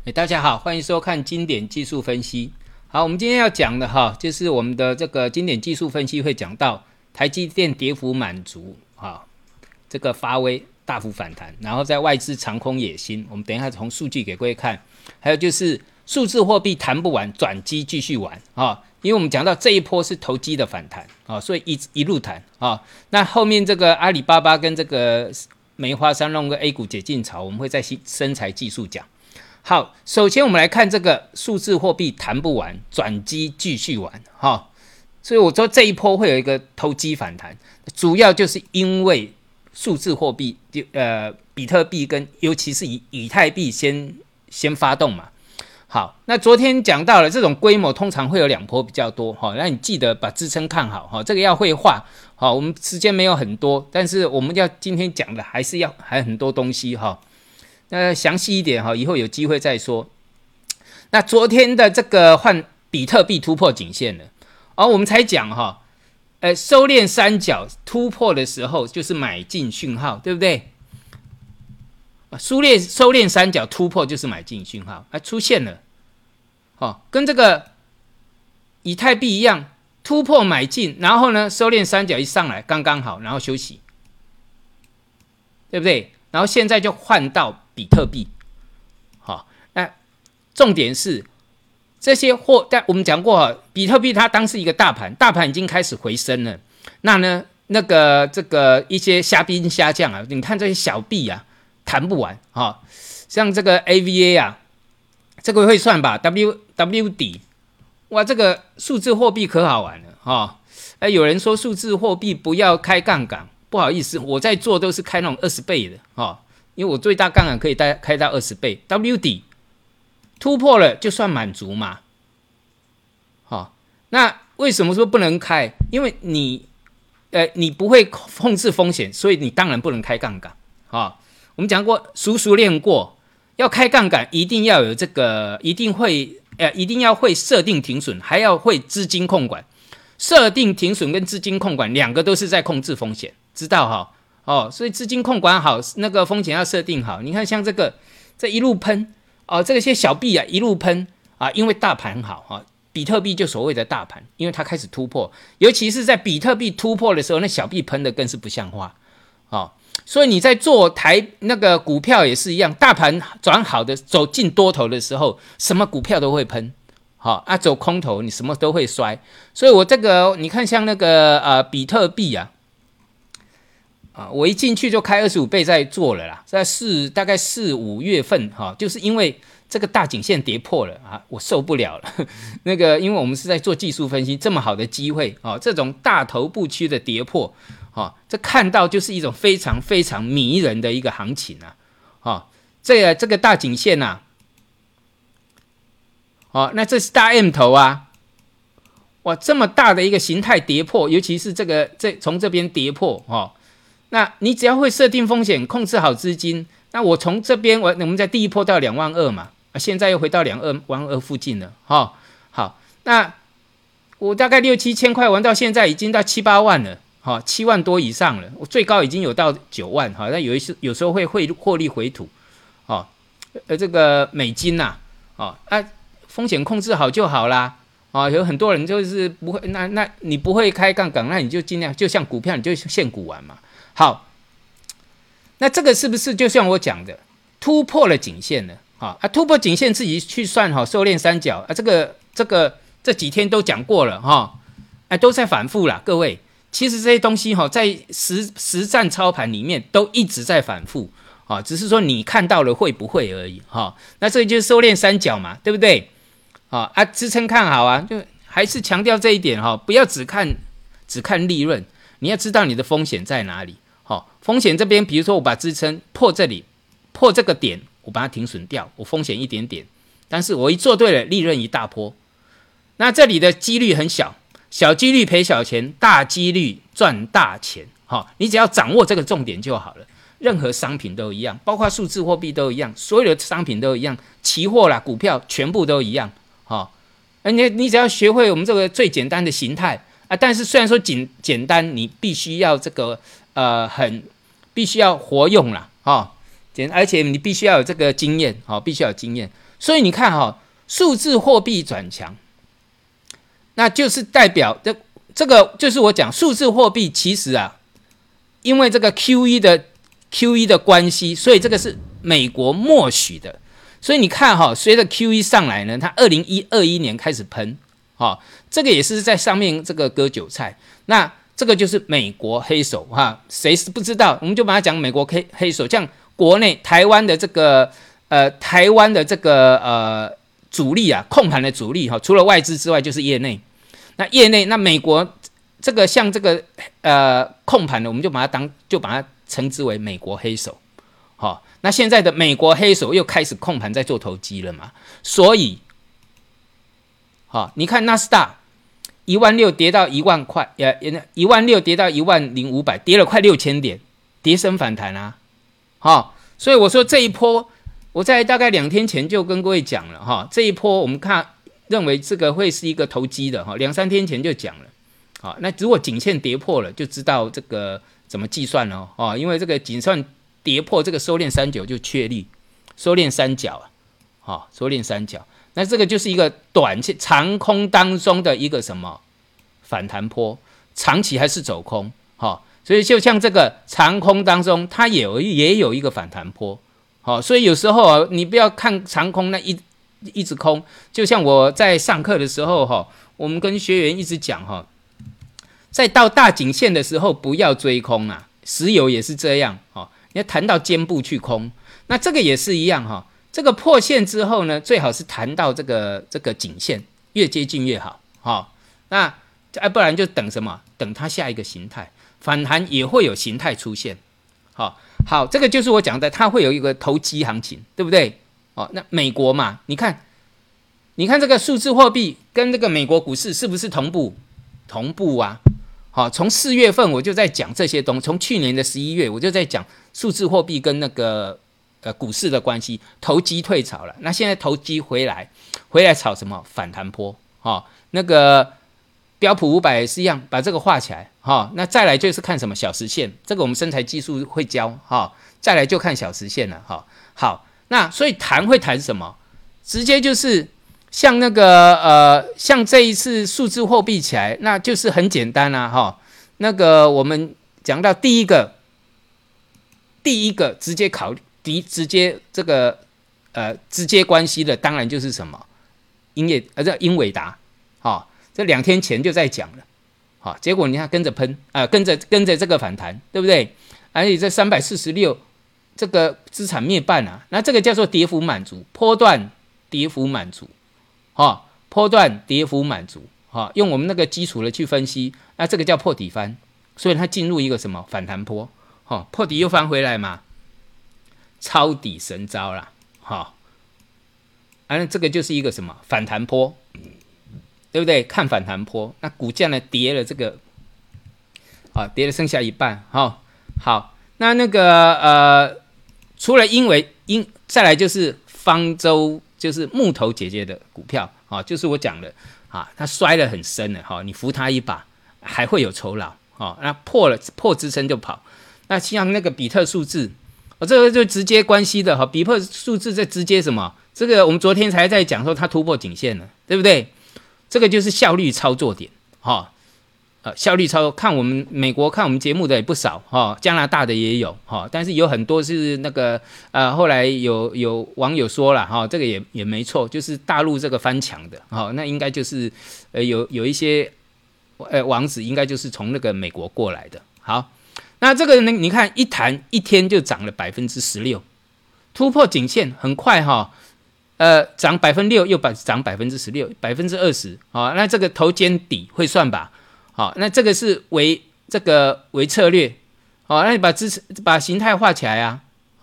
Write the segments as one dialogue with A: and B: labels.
A: 大家好，欢迎收看经典技术分析。好，我们今天要讲的就是我们的这个经典技术分析会讲到台积电跌幅满足，这个发威大幅反弹，然后在外资长空野心，我们等一下从数据给各位看，还有就是数字货币谈不完，转机继续玩因为我们讲到这一波是投机的反弹所以一路谈那后面这个阿里巴巴跟这个梅花三弄跟 A 股解禁潮，我们会在生财技术讲。好，首先我们来看这个数字货币谈不完，转机继续玩所以我说这一波会有一个投机反弹，主要就是因为数字货币比特币跟尤其是以太币先发动嘛。好，那昨天讲到了这种规模通常会有两波比较多那你记得把支撑看好这个要会画我们时间没有很多，但是我们要今天讲的还很多东西那详细一点以后有机会再说。那昨天的这个换比特币突破颈线了我们才讲收敛三角突破的时候就是买进讯号，对不对？收敛三角突破就是买进讯号出现了跟这个以太币一样，突破买进，然后呢收敛三角一上来刚刚好，然后休息，对不对？然后现在就换到比特币那重点是这些但我们讲过比特币它当是一个大盘已经开始回升了，那呢这个一些虾兵虾将你看这些小币谈不完像这个 AVA 这个会算吧 WD 哇，这个数字货币可好玩了有人说数字货币不要开杠杆，不好意思，我在做都是开那种20倍的因为我最大杠杆可以开到20倍。WD 突破了就算满足嘛那为什么说不能开？因为你不会控制风险，所以你当然不能开杠杆我们讲过熟练过，要开杠杆一定要有这个一定要会设定停损，还要会资金控管。设定停损跟资金控管两个都是在控制风险，知道所以资金控管好，那个风险要设定好。你看像这一路喷这些小币一路喷因为大盘好比特币就所谓的大盘，因为它开始突破，尤其是在比特币突破的时候，那小币喷的更是不像话所以你在做那个股票也是一样，大盘转好的走进多头的时候，什么股票都会喷走空头你什么都会摔。所以我这个你看像那个比特币我一进去就开25倍在做了啦，大概4、5月份就是因为这个大颈线跌破了我受不了了因为我们是在做技术分析，这么好的机会这种大头部区的跌破这看到就是一种非常非常迷人的一个行情这个大颈线那这是大 M 头哇，这么大的一个形态跌破，尤其是从这边跌破那你只要会设定风险，控制好资金，那我从这边我们在第一波到22000嘛现在又回到22000附近了好，那我大概6、7千块玩到现在已经到7、8万了7万多以上了，我最高已经有到9万那有时候会获利回吐这个美金风险控制好就好啦有很多人就是不会，那你不会开杠杆，那你就尽量就像股票你就现股玩嘛。好，那这个是不是就像我讲的突破了颈线了突破颈线自己去算收敛三角这几天都讲过了都在反复啦，各位。其实这些东西在实战操盘里面都一直在反复只是说你看到了会不会而已那这就是收敛三角嘛，对不对支撑看好就还是强调这一点不要只看利润，你要知道你的风险在哪里风险这边比如说我把支撑破这里，破这个点我把它停损掉，我风险一点点，但是我一做对了利润一大波，那这里的几率很小，小几率赔小钱，大几率赚大钱你只要掌握这个重点就好了。任何商品都一样，包括数字货币都一样，所有的商品都一样，期货啦股票全部都一样你只要学会我们这个最简单的形态但是虽然说简单，你必须要这个必须要活用啦而且你必须要有这个经验，必须要有经验。所以你看数字货币转强，那就是代表这个就是我讲数字货币其实因为这个 QE 的关系，所以这个是美国默许的。所以你看随着 QE 上来呢，它2021年开始喷，这个也是在上面这个割韭菜。那这个就是美国黑手谁是不知道，我们就把它讲美国黑手。像国内台湾的这个主力控盘的主力除了外资之外就是业内。那美国这个像这个控盘的，我们就把它称之为美国黑手。那现在的美国黑手又开始控盘在做投机了嘛，所以你看纳斯达16000跌到1万块，16000跌到10500，跌了快6000点，跌升反弹所以我说这一波，我在大概2天前就跟各位讲了这一波我们认为这个会是一个投机的2-3天前就讲了那如果颈线跌破了，就知道这个怎么计算了因为这个颈线跌破这个收敛三角就确立，收敛三角收敛三角，那这个就是一个长空当中的一个什么反弹波，长期还是走空所以就像这个长空当中，它也有一个反弹波所以有时候你不要看长空那一直空，就像我在上课的时候我们跟学员一直讲在到大颈线的时候不要追空石油也是这样你要弹到肩部去空，那这个也是一样这个破线之后呢，最好是弹到这个颈线，越接近越好那不然就等什么？等它下一个形态反弹也会有形态出现好，这个就是我讲的，它会有一个投机行情，对不对那美国嘛，你看这个数字货币跟这个美国股市是不是同步从4月份我就在讲这些东西，从去年的11月我就在讲数字货币跟那个股市的关系，投机退潮了。那现在投机回来炒什么反弹波那个标普500也是一样，把这个画起来那再来就是看什么小时线，这个我们身材技术会教再来就看小时线了好，那所以会谈什么？直接就是像那个像这一次数字货币起来，那就是很简单那个我们讲到第一个直接这个直接关系的，当然就是什么英伟达这2天前就在讲了结果你看跟着喷跟着这个反弹，对不对？而且这346这个资产灭半那这个叫做跌幅满足，波段跌幅满足波段跌幅满足用我们那个基础的去分析，那这个叫破底翻，所以它进入一个什么反弹波破底又翻回来嘛，抄底神招啦那这个就是一个什么反弹波，对不对？看反弹波，那股价呢跌了这个跌了剩下一半好，那个除了再来就是方舟，就是木头姐姐的股票就是我讲的它摔得很深了你扶它一把还会有酬劳那破支撑就跑。那像那个比特数字这个就直接关系的比特数字在直接什么？这个我们昨天才在讲说它突破颈线了，对不对？这个就是效率操作点效率操作，看我们美国看我们节目的也不少加拿大的也有但是有很多是那个后来有网友说了这个也没错，就是大陆这个翻墙的那应该就是有一些网址应该就是从那个美国过来的。好，那这个呢，你看一天就涨了16%，突破颈线很快涨6%又涨16%、20%那这个头肩底会算吧？那这个是为策略那你把形态画起来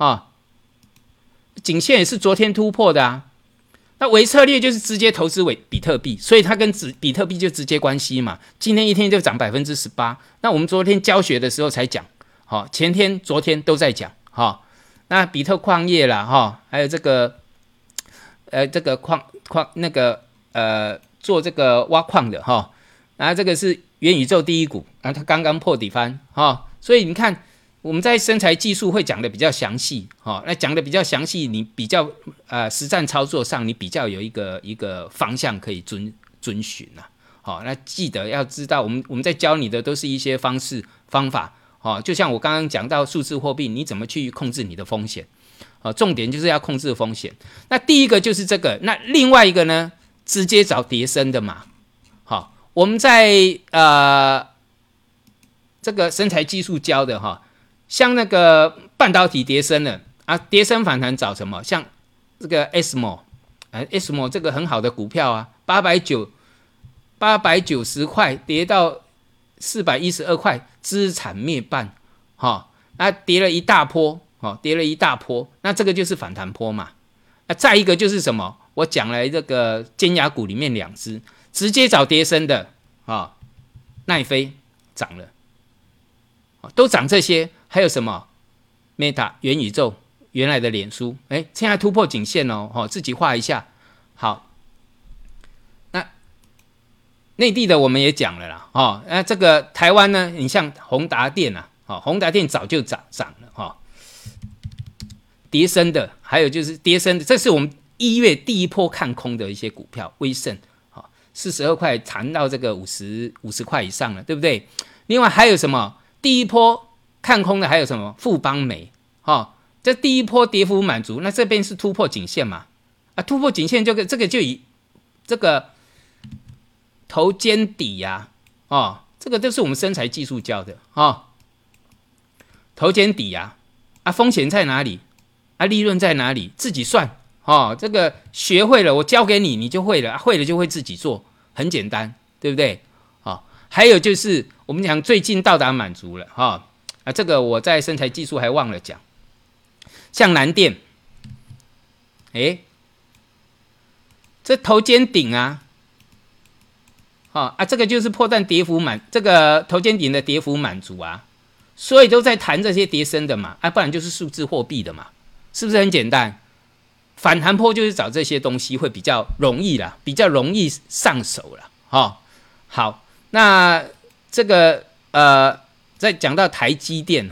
A: 颈线也是昨天突破的那为策略就是直接投资比特币，所以它跟比特币就直接关系嘛。今天一天就涨18%，那我们昨天教学的时候才讲前天昨天都在讲那比特矿业啦还有这个这个矿那个做这个挖矿的那这个是元宇宙第一股它刚刚破底翻所以你看我们在生财技术会讲的比较详细，那讲的比较详细，你比较实战操作上你比较有一个方向可以遵循啊。那记得要知道，我们在教你的都是一些方式方法，就像我刚刚讲到数字货币，你怎么去控制你的风险，重点就是要控制风险。那第一个就是这个，那另外一个呢，直接找跌升的嘛。我们在这个生财技术教的像那个半导体跌升了啊，跌升反弹找什么？像这个 ASML 这个很好的股票啊，890块跌到412块，资产灭半，那跌了一大波，那这个就是反弹波嘛。那再一个就是什么？我讲了这个尖牙股里面2只，直接找跌升的奈飞涨了，都涨这些。还有什么 Meta 元宇宙，原来的脸书，现在突破颈线自己画一下。好，那内地的我们也讲了啦，那这个台湾呢，你像宏达电啊，宏达电早就涨了跌升的，还有就是跌升的，这是我们1月第一波看空的一些股票，威盛42块谈到这个50块以上了，对不对？另外还有什么？第一波看空的还有什么？富邦媒，这第一波跌幅满足，那这边是突破颈线嘛？突破颈线这个就以这个头肩底呀，这个都是我们生财技术教的头肩底呀，风险在哪里？利润在哪里？自己算。这个学会了，我教给你，你就会了，会了就会自己做，很简单，对不对？还有就是我们讲最近到达满足了这个我在生财技术还忘了讲，像南电，这头肩顶啊，这个就是破断跌幅这个头肩顶的跌幅满足啊，所以都在谈这些跌升的嘛，不然就是数字货币的嘛，是不是很简单？反弹波就是找这些东西会比较容易啦，比较容易上手啦。好，那这个再讲到台积电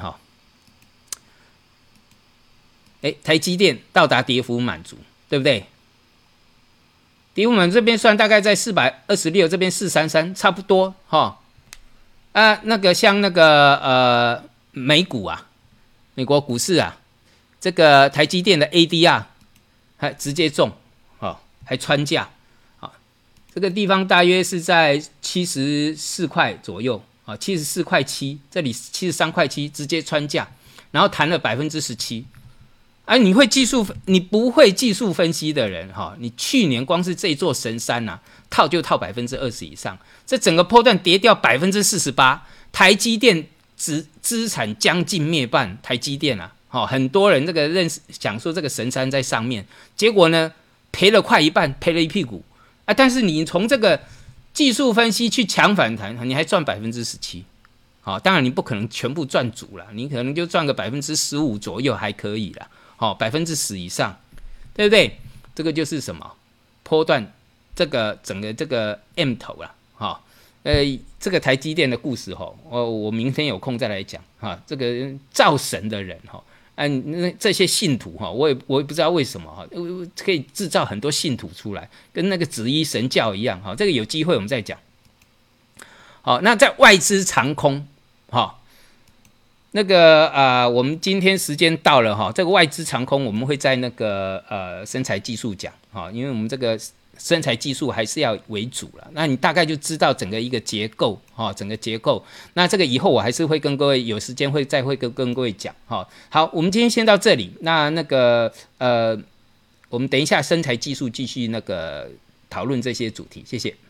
A: 台积电到达跌幅满足，对不对？跌幅满足这边算大概在426，这边433，差不多那个像那个美股啊，美国股市啊，这个台积电的 ADR 还直接中，还穿价，这个地方大约是在74块左右，74块7，这里73块7，直接穿价，然后弹了17%。你不会技术分析的人你去年光是这座神山套就套20%以上，这整个波段跌掉48%，台积电资产将近灭半，台积电很多人这个想说这个神山在上面，结果呢赔了快一半，赔了一屁股但是你从这个技术分析去抢反弹，你还赚17%，当然你不可能全部赚足了，你可能就赚个15%左右还可以啦，10%以上，对不对？这个就是什么波段这个整个这个 M 头啦，这个台积电的故事我明天有空再来讲这个造神的人这些信徒我也不知道为什么可以制造很多信徒出来，跟那个紫衣神教一样这个有机会我们再讲。那在外资长空那个我们今天时间到了这个外资长空我们会在那个生财技术讲因为我们这个生财技术还是要为主了，那你大概就知道整个一个结构整个结构。那这个以后我还是会跟各位有时间再会跟各位讲好，我们今天先到这里。那个我们等一下生财技术继续那个讨论这些主题，谢谢。